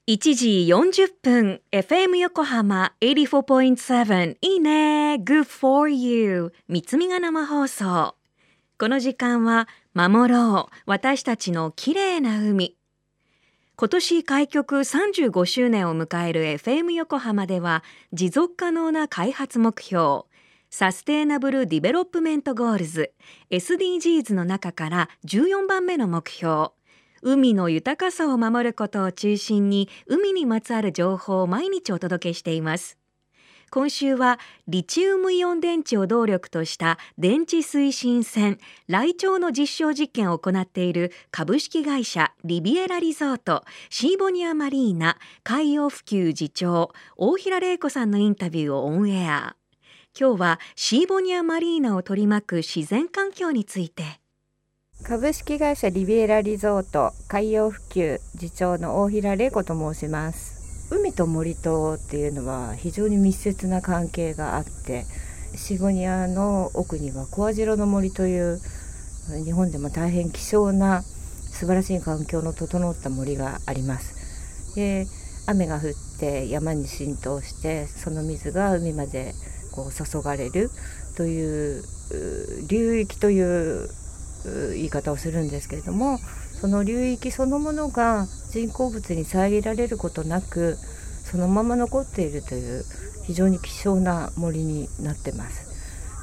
1時40分 FM 横浜 84.7 いいね Good for you 三つみが生放送。この時間は守ろう私たちの綺麗な海。今年開局35周年を迎える FM 横浜では持続可能な開発目標サステイナブルディベロップメントゴールズ SDGs の中から14番目の目標海の豊かさを守ることを中心に海にまつわる情報を毎日お届けしています。今週はリチウムイオン電池を動力とした電池推進船ライチョウの実証実験を行っている株式会社リビエラリゾートシーボニアマリーナ海洋普及次長大平玲子さんのインタビューをオンエア。今日はシーボニアマリーナを取り巻く自然環境について。 株式会社リビエラリゾート海洋普及次長の大平玲子と申します。海と森とっていうのは非常に密接な関係があって、シーボニアの奥にはコアジロの森という日本でも大変希少な素晴らしい環境の整った森があります。で、雨が降って山に浸透してその水が海まで注がれるという流域という言い方をするんですけれども、その流域そのものが人工物に遮られることなくそのまま残っているという非常に希少な森になってます。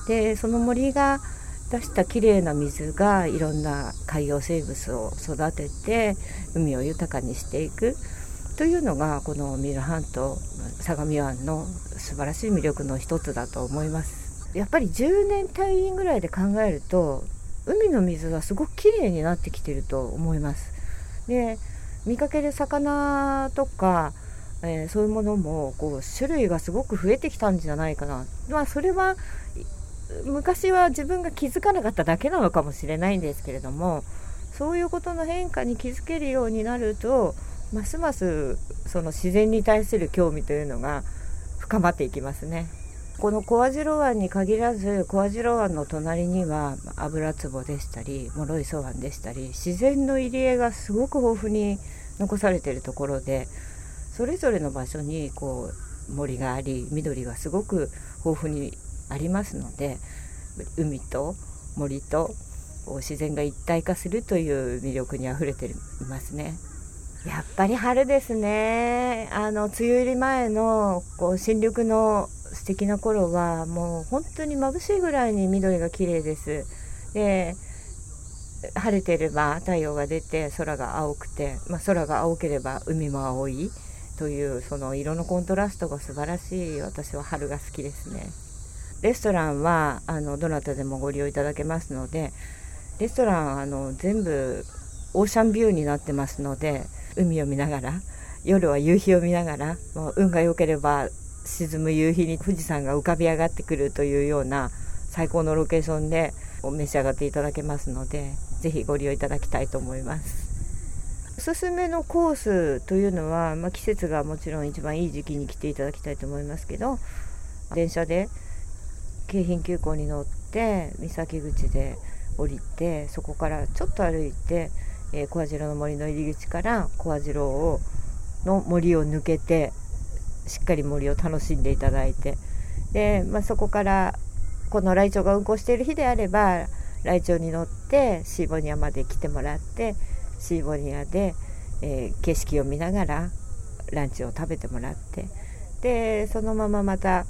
で、その森が出したきれいな水がいろんな海洋生物を育てて海を豊かにしていくというのがこの三浦半島相模湾の素晴らしい魅力の一つだと思います。やっぱり10年単位ぐらいで考えると海の水はすごくきれいになってきていると思います。で、見かける魚とか、そういうものも種類がすごく増えてきたんじゃないかな。それは昔は自分が気づかなかっただけなのかもしれないんですけれども、そういうことの変化に気づけるようになるとますますその自然に対する興味というのが深まっていきますね。この小網代湾に限らず小網代湾の隣には油壺でしたり諸磯湾でしたり自然の入り江がすごく豊富に残されているところで、それぞれの場所に森があり緑がすごく豊富にありますので、海と森と自然が一体化するという魅力にあふれていますね。やっぱり春ですね。梅雨入り前の新緑の素敵な頃はもう本当に眩しいぐらいに緑が綺麗です。で、晴れていれば太陽が出て空が青くて、空が青ければ海も青いというその色のコントラストが素晴らしい。私は春が好きですね。レストランはどなたでもご利用いただけますので、レストラン全部オーシャンビューになってますので、海を見ながら夜は夕日を見ながら、運が良ければ沈む夕日に富士山が浮かび上がってくるというような最高のロケーションで召し上がっていただけますので、ぜひご利用いただきたいと思います。おすすめのコースというのは、季節がもちろん一番いい時期に来ていただきたいと思いますけど、電車で京浜急行に乗って三崎口で降りて、そこからちょっと歩いて小網代の森の入り口から小網代の森を抜けてしっかり森を楽しんでいただいて、で、そこからこのライチョウが運行している日であればライチョウに乗ってシーボニアまで来てもらって、シーボニアで、景色を見ながらランチを食べてもらって、でそのまままた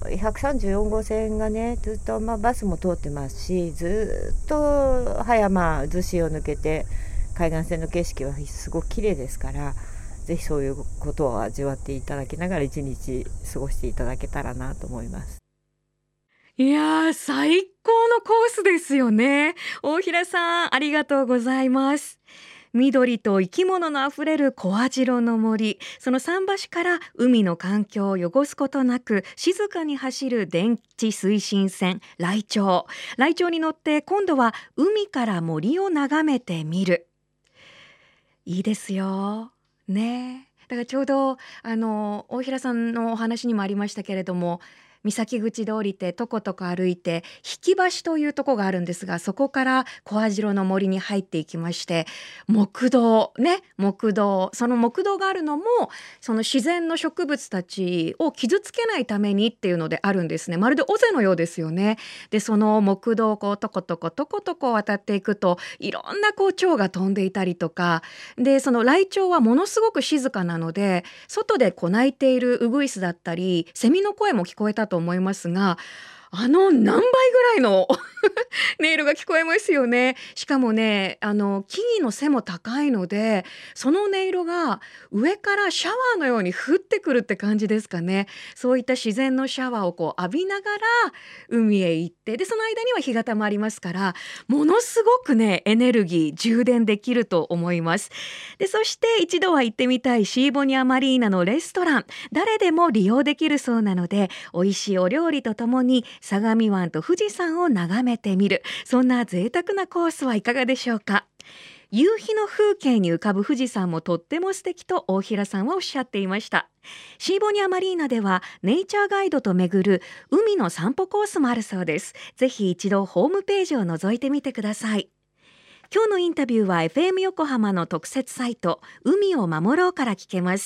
134号線がねずっと、バスも通ってますし、ずっと葉山逗子を抜けて海岸線の景色はすごく綺麗ですから、ぜひそういうことを味わっていただきながら一日過ごしていただけたらなと思います。 いやー、最高のコースですよね。大平さん、ありがとうございます。緑と生き物のあふれる小網代の森、その桟橋から海の環境を汚すことなく静かに走る電池推進船ライチョウ。ライチョウに乗って今度は海から森を眺めてみる。いいですよね。だからちょうど大平さんのお話にもありましたけれども、 三崎口で降りてとことこ歩いて引橋というとこがあるんですが、そこから小網代の森に入っていきまして、木道ね、木道、その木道があるのもその自然の植物たちを傷つけないためにっていうのであるんですね。まるで尾瀬のようですよね。でその木道をこうとことこと渡っていくと、いろんなこう蝶が飛んでいたりとかで、そのライチョウはものすごく静かなので、外でこう鳴いているウグイスだったりセミの声も聞こえたと思いますが、何倍ぐらいの音色が聞こえますよね。しかもね、木々の背も高いので、その音色が上からシャワーのように降ってくるって感じですかね。そういった自然のシャワーをこう浴びながら海へ行って、でその間には干潟もありますから、ものすごくねエネルギー充電できると思います。でそして一度は行ってみたいシーボニアマリーナのレストラン、誰でも利用できるそうなので、美味しいお料理とともに相模湾と富士山を眺めてみる、そんな贅沢なコースはいかがでしょうか。夕日の風景に浮かぶ富士山もとっても素敵と大平さんはおっしゃっていました。シーボニアマリーナではネイチャーガイドと巡る海の散歩コースもあるそうです。ぜひ一度ホームページを覗いてみてください。今日のインタビューは FM 横浜の特設サイト海を守ろうから聞けます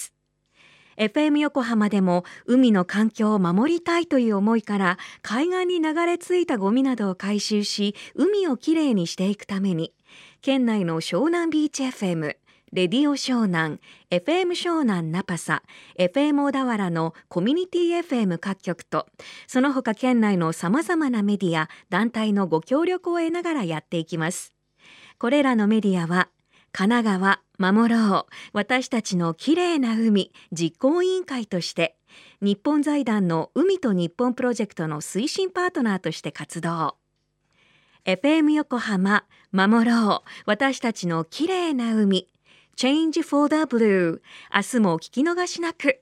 。FM 横浜でも海の環境を守りたいという思いから、海岸に流れ着いたゴミなどを回収し海をきれいにしていくために、県内の湘南ビーチ FM、レディオ湘南、FM 湘南ナパサ、FM 小田原のコミュニティ FM 各局と、その他県内のさまざまなメディア団体のご協力を得ながらやっていきます。これらのメディアは神奈川守ろう私たちのきれいな海実行委員会として、日本財団の海と日本プロジェクトの推進パートナーとして活動。 FM 横浜守ろう私たちのきれいな海 Change for the Blue、 明日もお聞き逃しなく。